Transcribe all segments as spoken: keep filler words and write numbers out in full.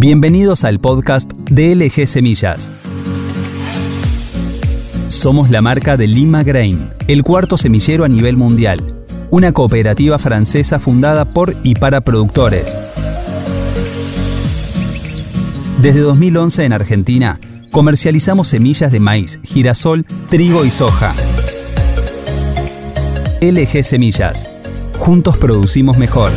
Bienvenidos al podcast de L G Semillas. Somos la marca de Lima Grain, el cuarto semillero a nivel mundial, una cooperativa francesa fundada por y para productores. Desde dos mil once en Argentina, comercializamos semillas de maíz, girasol, trigo y soja. L G Semillas. Juntos producimos mejor.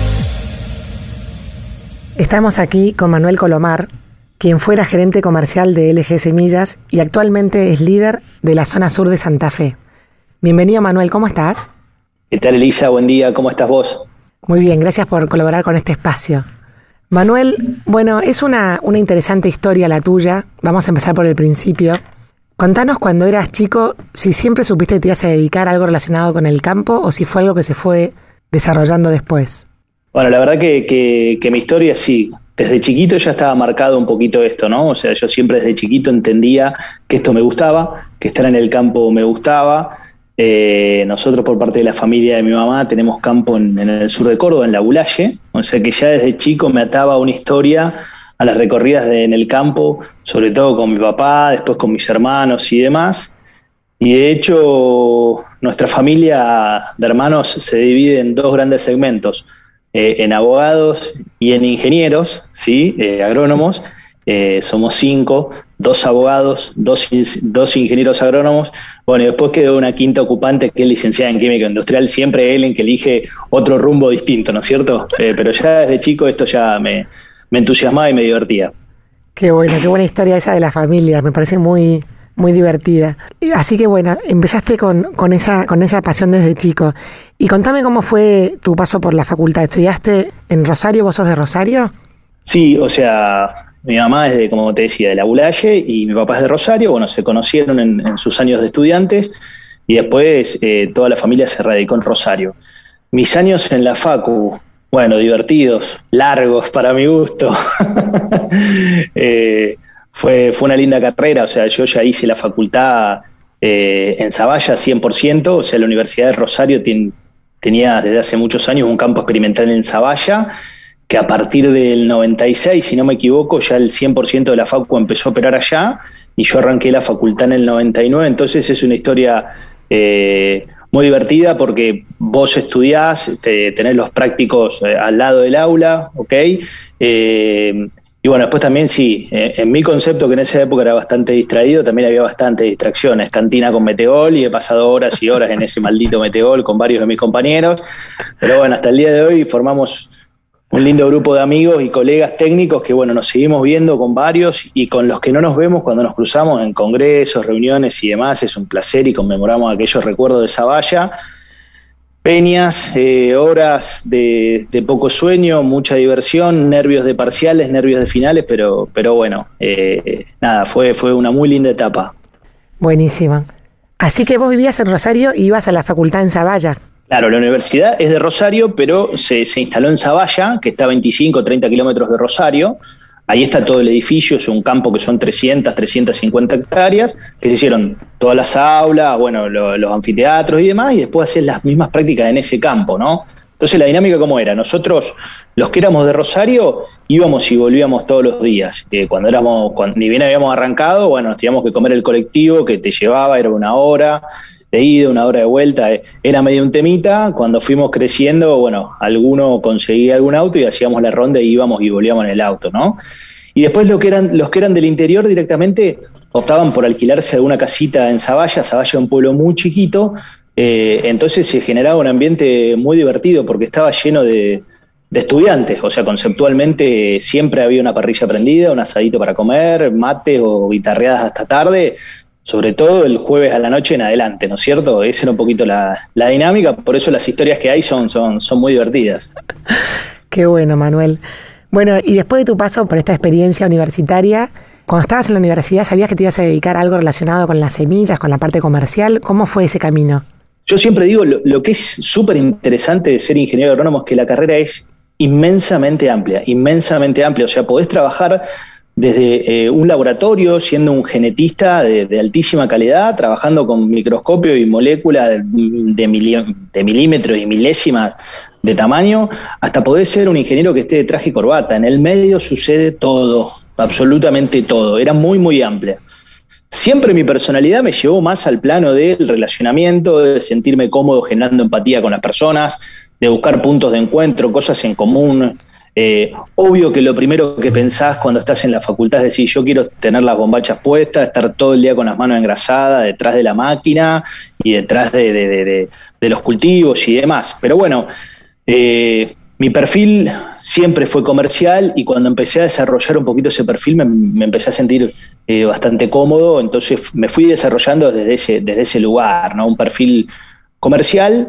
Estamos aquí con Manuel Colomar, quien fuera gerente comercial de L G Semillas y actualmente es líder de la zona sur de Santa Fe. Bienvenido, Manuel, ¿cómo estás? ¿Qué tal, Elisa? Buen día, ¿cómo estás vos? Muy bien, gracias por colaborar con este espacio. Manuel, bueno, es una, una interesante historia la tuya. Vamos a empezar por el principio. Contanos cuando eras chico, si siempre supiste que te ibas a dedicar a algo relacionado con el campo o si fue algo que se fue desarrollando después. Bueno, la verdad que, que, que mi historia sí, desde chiquito ya estaba marcado un poquito esto, ¿no? O sea, yo siempre desde chiquito entendía que esto me gustaba, que estar en el campo me gustaba. Eh, nosotros por parte de la familia de mi mamá tenemos campo en, en el sur de Córdoba, en La Bulaye, o sea que ya desde chico me ataba una historia a las recorridas de, en el campo, sobre todo con mi papá, después con mis hermanos y demás. Y de hecho, nuestra familia de hermanos se divide en dos grandes segmentos. Eh, en abogados y en ingenieros, ¿sí? eh, agrónomos, eh, somos cinco, dos abogados, dos, dos ingenieros agrónomos, bueno, y después quedó una quinta ocupante que es licenciada en química industrial, siempre él en que elige otro rumbo distinto, ¿no es cierto? Eh, pero ya desde chico esto ya me, me entusiasmaba y me divertía. Qué bueno, qué buena historia esa de la familia, me parece muy... muy divertida. Así que bueno, empezaste con, con, esa, con esa pasión desde chico. Y contame cómo fue tu paso por la facultad. ¿Estudiaste en Rosario? ¿Vos sos de Rosario? Sí, o sea, mi mamá es de, como te decía, de La Bulaye y mi papá es de Rosario. Bueno, se conocieron en, en sus años de estudiantes y después eh, toda la familia se radicó en Rosario. Mis años en la facu, bueno, divertidos, largos para mi gusto. eh, Fue, fue una linda carrera, o sea, yo ya hice la facultad eh, en Zavalla cien por ciento, o sea, la Universidad de Rosario ten, tenía desde hace muchos años un campo experimental en Zavalla, que a partir del noventa y seis, si no me equivoco, ya el cien por ciento de la facu empezó a operar allá, y yo arranqué la facultad en el noventa y nueve, entonces es una historia eh, muy divertida porque vos estudiás, te, tenés los prácticos eh, al lado del aula, ¿ok? Eh, Y bueno, después también sí, eh, en mi concepto, que en esa época era bastante distraído, también había bastantes distracciones. Cantina con metegol y he pasado horas y horas en ese maldito metegol con varios de mis compañeros. Pero bueno, hasta el día de hoy formamos un lindo grupo de amigos y colegas técnicos que bueno, nos seguimos viendo con varios y con los que no nos vemos cuando nos cruzamos en congresos, reuniones y demás. Es un placer y conmemoramos aquellos recuerdos de Zavalla. Peñas, eh, horas de, de poco sueño, mucha diversión, nervios de parciales, nervios de finales, pero, pero bueno, eh, nada, fue, fue una muy linda etapa. Buenísima. Así que vos vivías en Rosario y ibas a la facultad en Zavalla. Claro, la universidad es de Rosario, pero se, se instaló en Zavalla, que está a veinticinco o treinta kilómetros de Rosario. Ahí está todo el edificio, es un campo que son trescientas, trescientas cincuenta hectáreas, que se hicieron todas las aulas, bueno, lo, los anfiteatros y demás, y después hacer las mismas prácticas en ese campo, ¿no? Entonces la dinámica ¿cómo era? Nosotros, los que éramos de Rosario, íbamos y volvíamos todos los días. Eh, cuando éramos, cuando, ni bien habíamos arrancado, bueno, nos teníamos que comer el colectivo que te llevaba, era una hora de ida, una hora de vuelta, eh, era medio un temita. Cuando fuimos creciendo, bueno, alguno conseguía algún auto y hacíamos la ronda y íbamos y volvíamos en el auto, ¿no? Y después lo que eran, los que eran del interior directamente optaban por alquilarse alguna casita en Zavalla. Zavalla es un pueblo muy chiquito, eh, entonces se generaba un ambiente muy divertido porque estaba lleno de, de estudiantes, o sea, conceptualmente siempre había una parrilla prendida, un asadito para comer, mates o guitarreadas hasta tarde, sobre todo el jueves a la noche en adelante, ¿no es cierto? Esa era un poquito la, la dinámica, por eso las historias que hay son, son, son muy divertidas. Qué bueno, Manuel. Bueno, y después de tu paso por esta experiencia universitaria, cuando estabas en la universidad, ¿sabías que te ibas a dedicar a algo relacionado con las semillas, con la parte comercial? ¿Cómo fue ese camino? Yo siempre digo, lo, lo que es súper interesante de ser ingeniero agrónomo es que la carrera es inmensamente amplia, inmensamente amplia. O sea, podés trabajar desde eh, un laboratorio, siendo un genetista de, de altísima calidad, trabajando con microscopio y moléculas de, de, milí, de milímetros y milésimas de tamaño, hasta poder ser un ingeniero que esté de traje y corbata. En el medio sucede todo, absolutamente todo. Era muy, muy amplia. Siempre mi personalidad me llevó más al plano del relacionamiento, de sentirme cómodo generando empatía con las personas, de buscar puntos de encuentro, cosas en común. Eh, obvio que lo primero que pensás cuando estás en la facultad es decir, yo quiero tener las bombachas puestas, estar todo el día con las manos engrasadas detrás de la máquina y detrás de, de, de, de, de los cultivos y demás. Pero bueno, eh, mi perfil siempre fue comercial y cuando empecé a desarrollar un poquito ese perfil me, me empecé a sentir eh, bastante cómodo, entonces me fui desarrollando desde ese, desde ese lugar, ¿no? Un perfil comercial,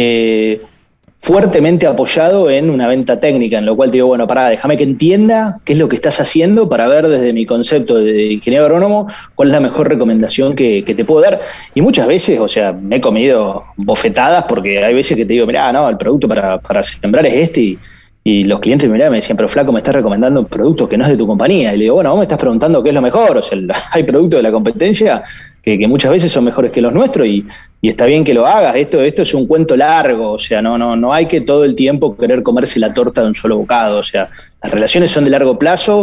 eh, fuertemente apoyado en una venta técnica, en lo cual te digo, bueno, pará, déjame que entienda qué es lo que estás haciendo para ver desde mi concepto de ingeniero agrónomo cuál es la mejor recomendación que, que te puedo dar. Y muchas veces, o sea, me he comido bofetadas porque hay veces que te digo, mirá, no, el producto para, para sembrar es este y, y los clientes mirá, me decían, pero flaco, me estás recomendando un producto que no es de tu compañía. Y le digo, bueno, vos me estás preguntando qué es lo mejor, o sea, hay productos de la competencia que, que muchas veces son mejores que los nuestros y, y está bien que lo hagas. Esto, esto es un cuento largo, o sea, no, no, no hay que todo el tiempo querer comerse la torta de un solo bocado. O sea, las relaciones son de largo plazo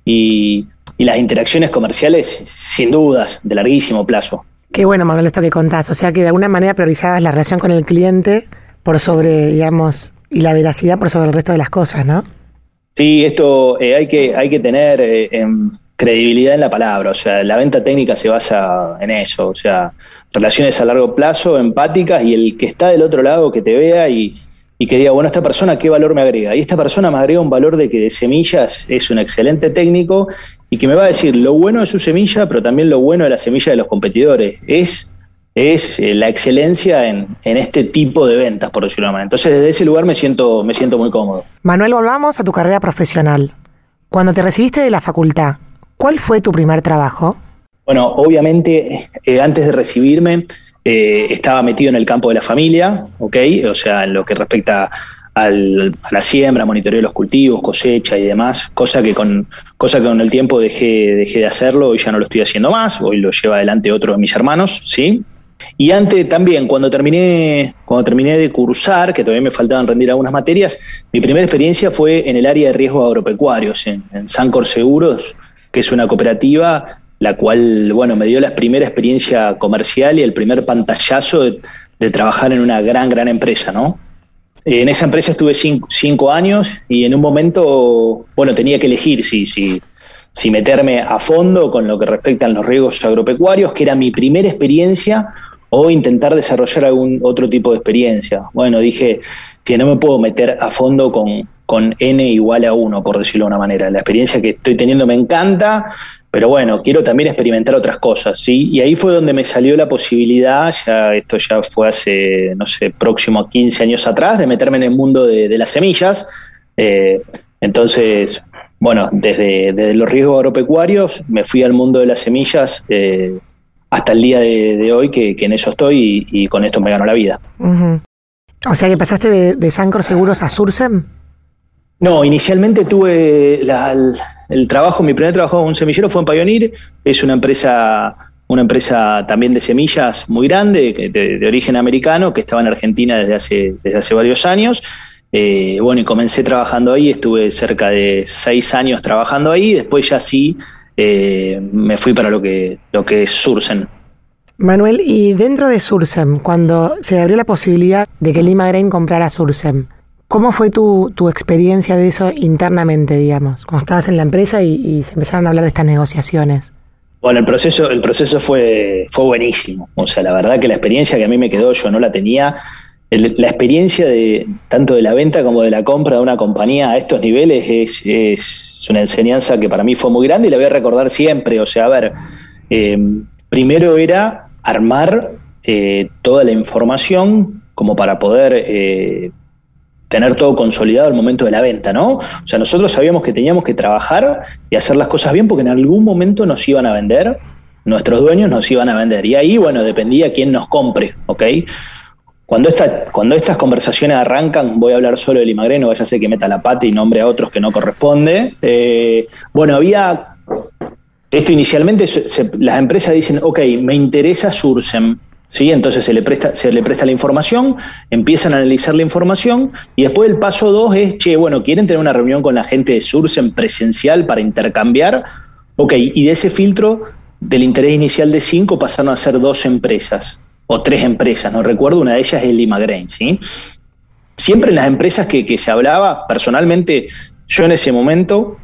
y, y las interacciones comerciales, sin dudas, de larguísimo plazo. Qué bueno, Manuel, esto que contás. O sea, que de alguna manera priorizabas la relación con el cliente por sobre, digamos, y la veracidad por sobre el resto de las cosas, ¿no? Sí, esto eh, hay que, hay que tener eh, en credibilidad en la palabra, o sea, la venta técnica se basa en eso, o sea, relaciones a largo plazo, empáticas, y el que está del otro lado que te vea y, y que diga, bueno, esta persona qué valor me agrega, y esta persona me agrega un valor de que de semillas es un excelente técnico y que me va a decir lo bueno de su semilla, pero también lo bueno de la semilla de los competidores, es, es eh, la excelencia en, en este tipo de ventas, por decirlo de alguna manera. Entonces, desde ese lugar me siento, me siento muy cómodo. Manuel, volvamos a tu carrera profesional. Cuando te recibiste de la facultad, ¿cuál fue tu primer trabajo? Bueno, obviamente, eh, antes de recibirme, eh, estaba metido en el campo de la familia, ¿ok? O sea, en lo que respecta al, a la siembra, monitoreo de los cultivos, cosecha y demás, cosa que con, cosa que con el tiempo dejé, dejé de hacerlo y ya no lo estoy haciendo más, hoy lo lleva adelante otro de mis hermanos, ¿sí? Y antes también, cuando terminé, cuando terminé de cursar, que todavía me faltaban rendir algunas materias, mi primera experiencia fue en el área de riesgos agropecuarios, en, en Sancor Seguros, que es una cooperativa, la cual, bueno, me dio la primera experiencia comercial y el primer pantallazo de, de trabajar en una gran, gran empresa, ¿no? En esa empresa estuve cinco, cinco años y en un momento, bueno, tenía que elegir si, si, si meterme a fondo con lo que respecta a los riesgos agropecuarios, que era mi primera experiencia, o intentar desarrollar algún otro tipo de experiencia. Bueno, dije, que no me puedo meter a fondo con, con N igual a uno, por decirlo de una manera. La experiencia que estoy teniendo me encanta, pero bueno, quiero también experimentar otras cosas, ¿sí? Y ahí fue donde me salió la posibilidad, ya esto ya fue hace, no sé, próximo a quince años atrás, de meterme en el mundo de, de las semillas. Eh, entonces, bueno, desde, desde los riesgos agropecuarios me fui al mundo de las semillas, eh, hasta el día de, de hoy que, que en eso estoy y, y con esto me gano la vida. Uh-huh. O sea que pasaste de, de Sancor Seguros a Sursem. No, inicialmente tuve la, el, el trabajo, mi primer trabajo como un semillero fue en Pioneer, es una empresa, una empresa también de semillas muy grande, de, de origen americano, que estaba en Argentina desde hace, desde hace varios años. Eh, bueno, y comencé trabajando ahí, estuve cerca de seis años trabajando ahí, después ya sí eh, me fui para lo que, lo que es Sursem. Manuel, y dentro de Sursem, cuando se abrió la posibilidad de que Limagrain comprara Sursem, ¿cómo fue tu, tu experiencia de eso internamente, digamos, cuando estabas en la empresa y, y se empezaron a hablar de estas negociaciones? Bueno, el proceso, el proceso fue, fue buenísimo. O sea, la verdad que la experiencia que a mí me quedó, yo no la tenía. El, la experiencia de tanto de la venta como de la compra de una compañía a estos niveles es, es una enseñanza que para mí fue muy grande y la voy a recordar siempre. O sea, a ver, eh, primero era armar eh, toda la información como para poder eh, tener todo consolidado al momento de la venta, ¿no? O sea, nosotros sabíamos que teníamos que trabajar y hacer las cosas bien porque en algún momento nos iban a vender, nuestros dueños nos iban a vender. Y ahí, bueno, dependía quién nos compre, ¿ok? Cuando, esta, cuando estas conversaciones arrancan, voy a hablar solo de Limagrain, no vaya a ser que meta la pata y nombre a otros que no corresponde. Eh, bueno, había... Esto inicialmente, se, las empresas dicen, ok, me interesa Sursem, ¿sí? Entonces se le presta, se le presta la información, empiezan a analizar la información y después el paso dos es, che, bueno, ¿quieren tener una reunión con la gente de Sursen presencial para intercambiar? Ok, y de ese filtro, del interés inicial de cinco, pasaron a ser dos empresas, o tres empresas, no recuerdo, una de ellas es Limagrain, ¿sí? Siempre en las empresas que, que se hablaba, personalmente, yo en ese momento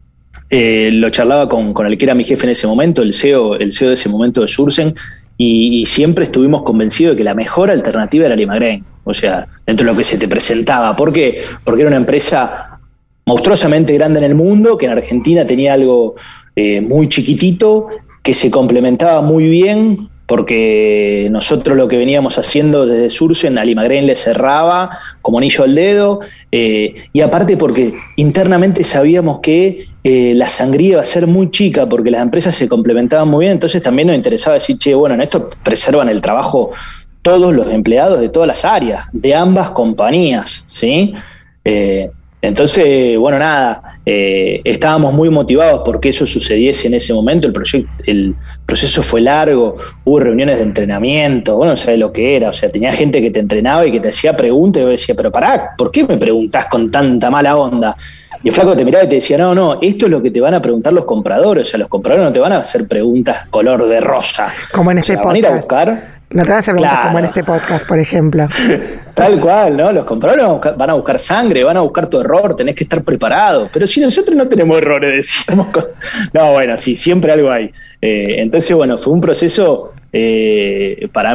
eh, lo charlaba con, con el que era mi jefe en ese momento, el C E O, el C E O de ese momento de Sursen, y, y siempre estuvimos convencidos de que la mejor alternativa era Limagrain, o sea, dentro de lo que se te presentaba. ¿Por qué? Porque era una empresa monstruosamente grande en el mundo, que en Argentina tenía algo eh, muy chiquitito, que se complementaba muy bien, porque nosotros lo que veníamos haciendo desde Sursen a Limagrain le cerraba como anillo al dedo, eh, y aparte porque internamente sabíamos que eh, la sangría iba a ser muy chica, porque las empresas se complementaban muy bien, entonces también nos interesaba decir, che, bueno, en esto preservan el trabajo todos los empleados de todas las áreas, de ambas compañías, ¿sí? Eh, Entonces, bueno, nada, eh, estábamos muy motivados porque eso sucediese en ese momento. El proyecto, el proceso fue largo, hubo reuniones de entrenamiento, bueno, no sabés lo que era, o sea, tenía gente que te entrenaba y que te hacía preguntas y yo decía, pero pará, ¿por qué me preguntás con tanta mala onda? Y el flaco te miraba y te decía, no, no, esto es lo que te van a preguntar los compradores, o sea, los compradores no te van a hacer preguntas color de rosa. Como en este o sea, podcast. Van a ir a buscar... No te vas a hacer preguntas Claro. como en este podcast, por ejemplo. Tal cual, ¿no? Los compradores van a, buscar, van a buscar sangre, van a buscar tu error, tenés que estar preparado. Pero si nosotros no tenemos errores, decíamos. No, bueno, sí, siempre algo hay. Eh, entonces, bueno, fue un proceso eh, para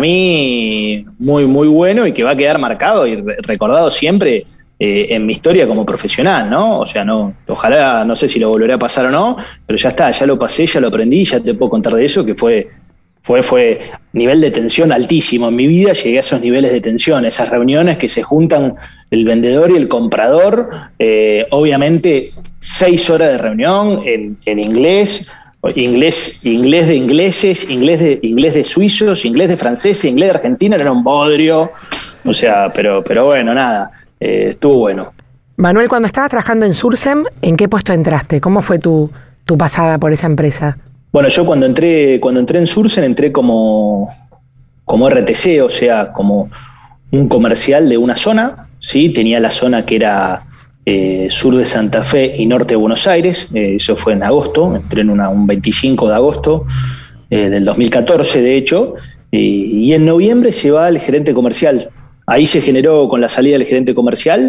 mí muy, muy bueno y que va a quedar marcado y re- recordado siempre eh, en mi historia como profesional, ¿no? O sea, no, ojalá, no sé si lo volverá a pasar o no, pero ya está, ya lo pasé, ya lo aprendí, ya te puedo contar de eso, que fue... Fue, fue nivel de tensión altísimo. En mi vida llegué a esos niveles de tensión, esas reuniones que se juntan el vendedor y el comprador, eh, obviamente seis horas de reunión en, en inglés, inglés, inglés de ingleses, inglés de, inglés de suizos, inglés de franceses, inglés de argentinos, era un bodrio, o sea, pero, pero bueno, nada, eh, estuvo bueno. Manuel, cuando estabas trabajando en Sursen, ¿en qué puesto entraste? ¿Cómo fue tu, tu pasada por esa empresa? Bueno, yo cuando entré, cuando entré en Sursen entré como, como R T C, o sea, como un comercial de una zona, ¿sí? Tenía la zona que era eh, sur de Santa Fe y norte de Buenos Aires, eh, eso fue en agosto, entré en una, un veinticinco de agosto eh, del dos mil catorce, de hecho, eh, y en noviembre se va el gerente comercial. Ahí se generó, con la salida del gerente comercial,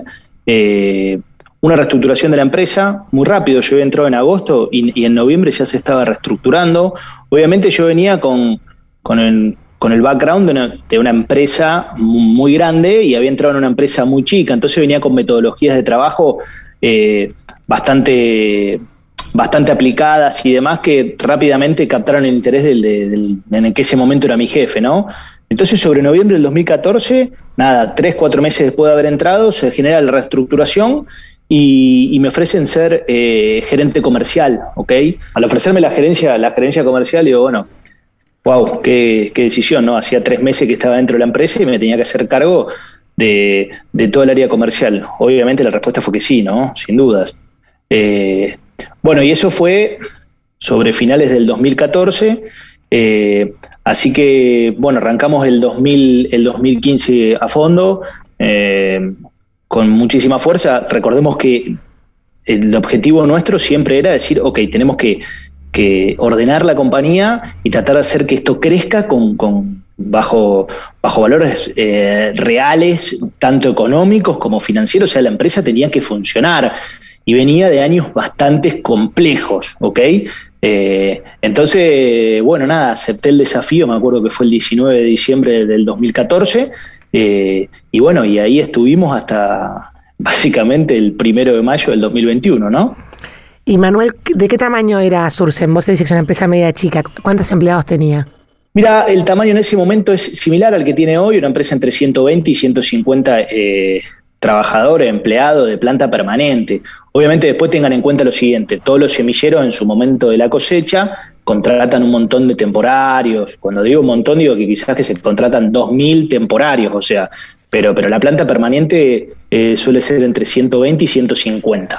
eh, una reestructuración de la empresa, muy rápido. Yo había entrado en agosto y, y en noviembre ya se estaba reestructurando. Obviamente yo venía con, con, el, con el background de una, de una empresa muy grande y había entrado en una empresa muy chica, entonces venía con metodologías de trabajo eh, bastante, bastante aplicadas y demás que rápidamente captaron el interés del, del, en el que ese momento era mi jefe, ¿no? Entonces, sobre noviembre del dos mil catorce, nada, tres, cuatro meses después de haber entrado, se genera la reestructuración y, y me ofrecen ser eh, gerente comercial, ¿ok? Al ofrecerme la gerencia, la gerencia comercial, digo, bueno, wow, qué, qué decisión, ¿no? Hacía tres meses que estaba dentro de la empresa y me tenía que hacer cargo de, de todo el área comercial. Obviamente la respuesta fue que sí, ¿no? Sin dudas. Eh, bueno, y eso fue sobre finales del dos mil catorce, eh, así que, bueno, arrancamos el, dos mil, el dos mil quince a fondo, eh, con muchísima fuerza. Recordemos que el objetivo nuestro siempre era decir, ok, tenemos que, que ordenar la compañía y tratar de hacer que esto crezca con, con bajo, bajo valores eh, reales, tanto económicos como financieros. O sea, la empresa tenía que funcionar y venía de años bastante complejos, ¿ok? Eh, entonces, bueno, nada, acepté el desafío, me acuerdo que fue el diecinueve de diciembre del dos mil catorce, eh, y bueno, y ahí estuvimos hasta básicamente el primero de mayo del dos mil veintiuno, ¿no? Y Manuel, ¿de qué tamaño era Sursen? Vos decís que es una empresa media chica, ¿cuántos empleados tenía? Mira, el tamaño en ese momento es similar al que tiene hoy, una empresa entre ciento veinte y ciento cincuenta eh, trabajadores, empleados de planta permanente. Obviamente después tengan en cuenta lo siguiente, todos los semilleros en su momento de la cosecha contratan un montón de temporarios. Cuando digo un montón, digo que quizás que se contratan dos mil temporarios, o sea, pero, pero la planta permanente eh, suele ser entre ciento veinte y ciento cincuenta.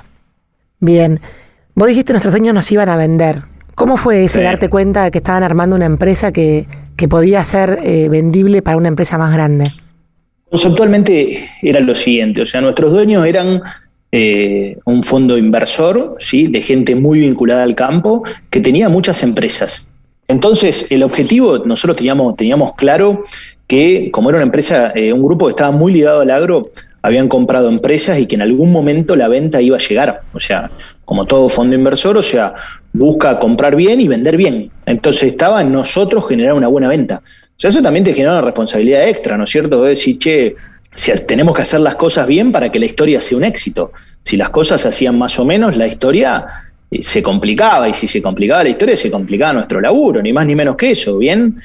Bien, vos dijiste nuestros dueños nos iban a vender. ¿Cómo fue ese Sí. darte cuenta de que estaban armando una empresa que, que podía ser eh, vendible para una empresa más grande? Conceptualmente era lo siguiente, o sea, nuestros dueños eran eh, un fondo inversor, ¿sí?, de gente muy vinculada al campo, que tenía muchas empresas. Entonces, el objetivo, nosotros teníamos, teníamos claro que, como era una empresa, eh, un grupo que estaba muy ligado al agro, habían comprado empresas y que en algún momento la venta iba a llegar. O sea, como todo fondo inversor, o sea, busca comprar bien y vender bien. Entonces estaba en nosotros generar una buena venta. O sea, eso también te genera una responsabilidad extra, ¿no es cierto? De decir, che, si tenemos que hacer las cosas bien para que la historia sea un éxito. Si las cosas se hacían más o menos, la historia se complicaba, y si se complicaba la historia, se complicaba nuestro laburo, ni más ni menos que eso, ¿bien?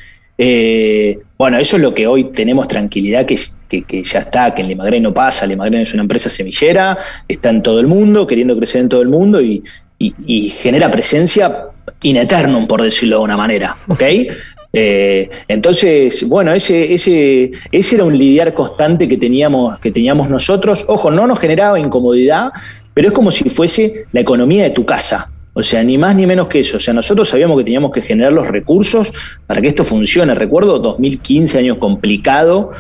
Eh, bueno, eso es lo que hoy tenemos tranquilidad, que, que, que ya está, que en Limagrain no pasa. Limagrain es una empresa semillera, está en todo el mundo, queriendo crecer en todo el mundo y, y, y genera presencia in eternum, por decirlo de una manera, ¿ok? Eh, entonces, bueno, ese, ese, ese era un lidiar constante que teníamos, que teníamos nosotros. Ojo, no nos generaba incomodidad, pero es como si fuese la economía de tu casa. O sea, ni más ni menos que eso. O sea, nosotros sabíamos que teníamos que generar los recursos para que esto funcione. Recuerdo dos mil quince, año complicado,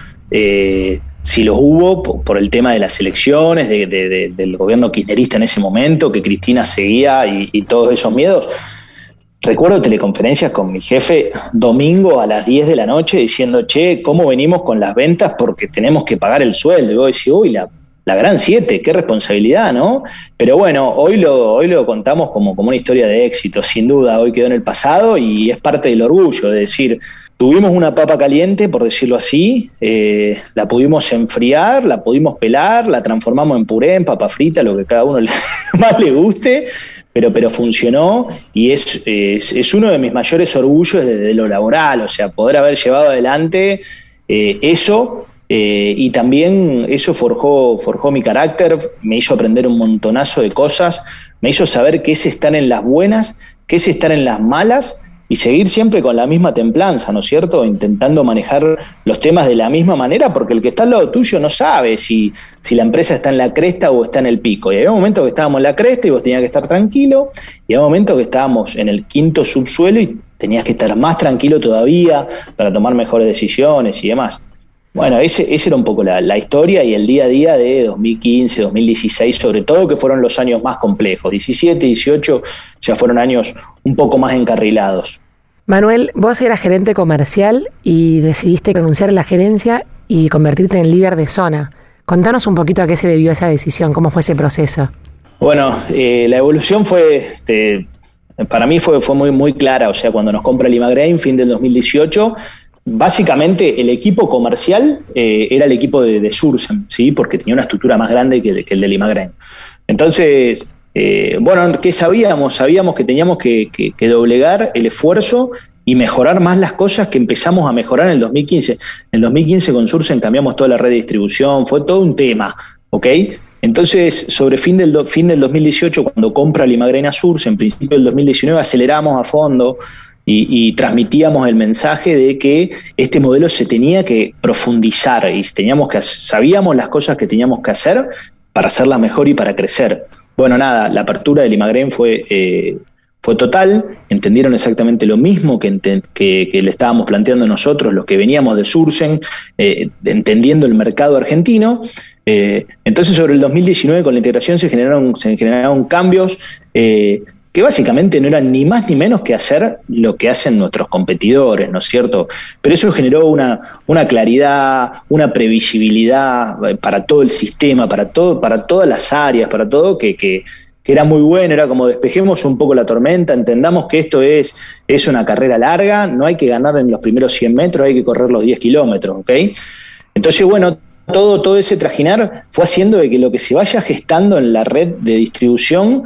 eh, si los hubo por, por el tema de las elecciones, de, de, de, del gobierno kirchnerista en ese momento, que Cristina seguía y, y todos esos miedos. Recuerdo teleconferencias con mi jefe domingo a las diez de la noche diciendo, che, ¿cómo venimos con las ventas? Porque tenemos que pagar el sueldo. Y vos decís, uy, la... La gran siete, qué responsabilidad, ¿no? Pero bueno, hoy lo, hoy lo contamos como, como una historia de éxito, sin duda. Hoy quedó en el pasado y es parte del orgullo de decir, tuvimos una papa caliente, por decirlo así, eh, la pudimos enfriar, la pudimos pelar, la transformamos en puré, en papa frita, lo que cada uno le, más le guste, pero, pero funcionó y es, es, es uno de mis mayores orgullos desde lo laboral, o sea, poder haber llevado adelante eh, eso. Eh, y también eso forjó, forjó mi carácter, me hizo aprender un montonazo de cosas, me hizo saber qué es estar en las buenas, qué es estar en las malas y seguir siempre con la misma templanza, ¿no es cierto? Intentando manejar los temas de la misma manera, porque el que está al lado tuyo no sabe si, si la empresa está en la cresta o está en el pico. Y había momentos que estábamos en la cresta y vos tenías que estar tranquilo, y había momentos que estábamos en el quinto subsuelo y tenías que estar más tranquilo todavía para tomar mejores decisiones y demás. Bueno, ese, ese era un poco la, la historia y el día a día de dos mil quince, dos mil dieciséis, sobre todo, que fueron los años más complejos. diecisiete, dieciocho ya fueron años un poco más encarrilados. Manuel, vos eras gerente comercial y decidiste renunciar a la gerencia y convertirte en líder de zona. Contanos un poquito a qué se debió esa decisión, cómo fue ese proceso. Bueno, eh, la evolución fue, eh, para mí fue, fue muy, muy clara. O sea, cuando nos compra Limagrain, fin del dos mil dieciocho... Básicamente el equipo comercial eh, era el equipo de, de Sursen, ¿sí? Porque tenía una estructura más grande que, que el de Limagrain. Entonces, eh, bueno, ¿qué sabíamos? Sabíamos que teníamos que, que, que doblegar el esfuerzo y mejorar más las cosas que empezamos a mejorar en el dos mil quince. En el dos mil quince con Sursen cambiamos toda la red de distribución, fue todo un tema, ¿ok? Entonces, sobre fin del, do, fin del dos mil dieciocho, cuando compra Limagrain a Sursen, en principio del dos mil diecinueve aceleramos a fondo. Y, y transmitíamos el mensaje de que este modelo se tenía que profundizar y teníamos que, sabíamos las cosas que teníamos que hacer para hacerlas mejor y para crecer. Bueno, nada, la apertura de Limagrain fue, eh, fue total, entendieron exactamente lo mismo que, ente, que, que le estábamos planteando nosotros, los que veníamos de Sursen, eh, entendiendo el mercado argentino. Eh, entonces, sobre el dos mil diecinueve, con la integración se generaron, se generaron cambios eh, que básicamente no eran ni más ni menos que hacer lo que hacen nuestros competidores, ¿no es cierto? Pero eso generó una, una claridad, una previsibilidad para todo el sistema, para todo, para todas las áreas, para todo, que, que, que era muy bueno, era como despejemos un poco la tormenta, entendamos que esto es, es una carrera larga, no hay que ganar en los primeros cien metros, hay que correr los diez kilómetros, ¿ok? Entonces, bueno, todo, todo ese trajinar fue haciendo de que lo que se vaya gestando en la red de distribución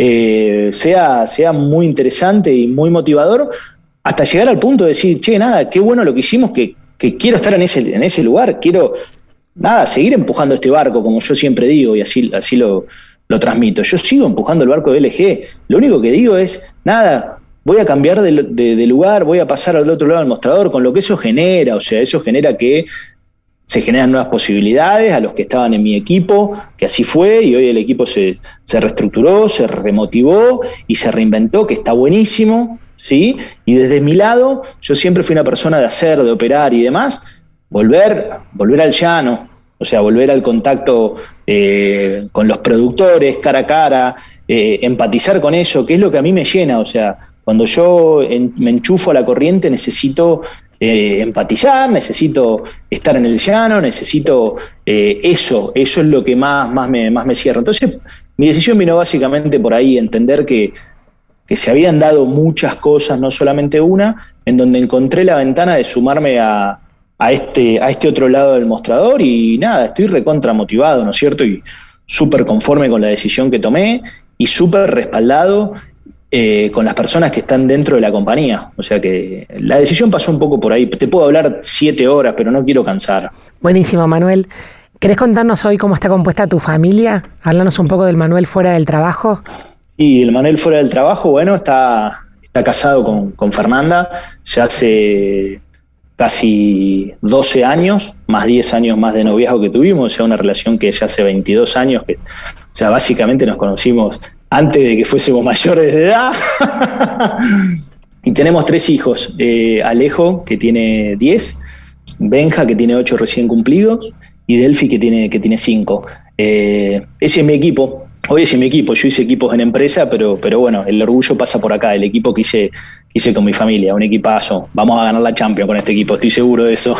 Eh, sea, sea muy interesante y muy motivador, hasta llegar al punto de decir, che, nada, qué bueno lo que hicimos, que, que quiero estar en ese, en ese lugar, quiero, nada, seguir empujando este barco, como yo siempre digo, y así, así lo, lo transmito. Yo sigo empujando el barco de L G, lo único que digo es, nada, voy a cambiar de, de, de lugar, voy a pasar al otro lado del mostrador, con lo que eso genera, o sea, eso genera que se generan nuevas posibilidades a los que estaban en mi equipo, que así fue, y hoy el equipo se, se reestructuró, se remotivó y se reinventó, que está buenísimo, ¿sí? Y desde mi lado, yo siempre fui una persona de hacer, de operar y demás, volver, volver al llano, o sea, volver al contacto eh, con los productores, cara a cara, eh, empatizar con eso, que es lo que a mí me llena, o sea, cuando yo en, me enchufo a la corriente necesito eh, empatizar, necesito estar en el llano, necesito eh, eso, eso es lo que más, más, me, más me cierra. Entonces, mi decisión vino básicamente por ahí, entender que, que se habían dado muchas cosas, no solamente una, en donde encontré la ventana de sumarme a, a, este, a este otro lado del mostrador y nada, estoy recontra motivado, ¿no es cierto? Y súper conforme con la decisión que tomé y súper respaldado eh, con las personas que están dentro de la compañía. O sea que la decisión pasó un poco por ahí. Te puedo hablar siete horas, pero no quiero cansar. Buenísimo, Manuel. ¿Querés contarnos hoy cómo está compuesta tu familia? Háblanos un poco del Manuel fuera del trabajo. Y el Manuel fuera del trabajo, bueno, está, está casado con, con Fernanda ya hace casi doce años, más diez años más de noviazgo que tuvimos, o sea, una relación que ya hace veintidós años, que, o sea, básicamente nos conocimos antes de que fuésemos mayores de edad. Y tenemos tres hijos, eh, Alejo, que tiene diez, Benja, que tiene ocho recién cumplidos, y Delphi, que tiene que tiene cinco. Eh, ese es mi equipo. Hoy es mi equipo. Yo hice equipos en empresa, pero, pero bueno, el orgullo pasa por acá. El equipo que hice, que hice con mi familia, un equipazo. Vamos a ganar la Champions con este equipo, estoy seguro de eso.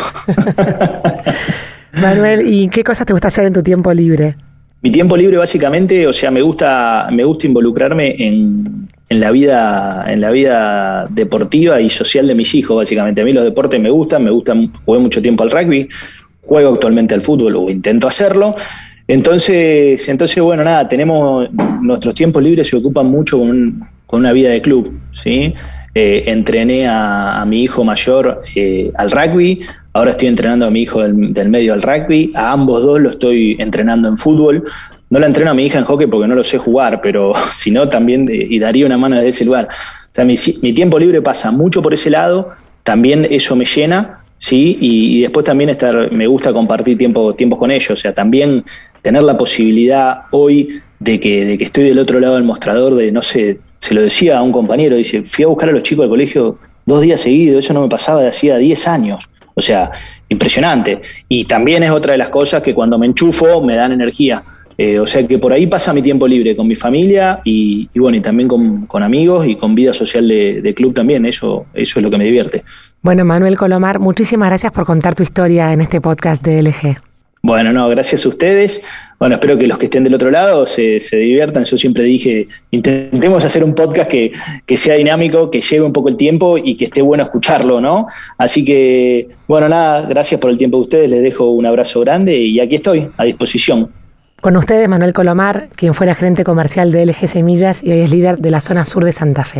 Manuel, ¿y qué cosas te gusta hacer en tu tiempo libre? Mi tiempo libre, básicamente, o sea, me gusta, me gusta involucrarme en, en la vida, en la vida deportiva y social de mis hijos, básicamente. A mí los deportes me gustan, me gustan, jugué mucho tiempo al rugby. Juego actualmente al fútbol o intento hacerlo. Entonces, entonces bueno, nada, tenemos nuestros tiempos libres se ocupan mucho con, un, con una vida de club, ¿sí? Eh, entrené a, a mi hijo mayor eh, al rugby, ahora estoy entrenando a mi hijo del, del medio al rugby, a ambos dos lo estoy entrenando en fútbol. No la entreno a mi hija en hockey porque no lo sé jugar, pero si no también eh, y daría una mano desde ese lugar. O sea, mi, mi tiempo libre pasa mucho por ese lado, también eso me llena. Sí, y, y después también estar, me gusta compartir tiempo, tiempos con ellos, o sea, también tener la posibilidad hoy de que, de que estoy del otro lado del mostrador, de no sé, se lo decía a un compañero, dice, fui a buscar a los chicos al colegio dos días seguidos, eso no me pasaba de hacía diez años, o sea, impresionante. Y también es otra de las cosas que cuando me enchufo me dan energía. Eh, o sea que por ahí pasa mi tiempo libre con mi familia y, y bueno, y también con, con amigos y con vida social de, de club también, eso, eso es lo que me divierte. Bueno, Manuel Colomar, muchísimas gracias por contar tu historia en este podcast de L G. Bueno, no, gracias a ustedes. Bueno, espero que los que estén del otro lado se, se diviertan. Yo siempre dije, intentemos hacer un podcast que, que sea dinámico, que lleve un poco el tiempo y que esté bueno escucharlo, ¿no? Así que, bueno, nada, gracias por el tiempo de ustedes, les dejo un abrazo grande y aquí estoy, a disposición. Con ustedes, Manuel Colomar, quien fuera gerente comercial de L G Semillas y hoy es líder de la zona sur de Santa Fe.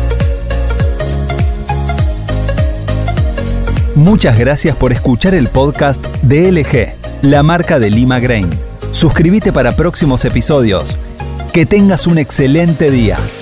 Muchas gracias por escuchar el podcast de L G, la marca de Lima Grain. Suscríbete para próximos episodios. Que tengas un excelente día.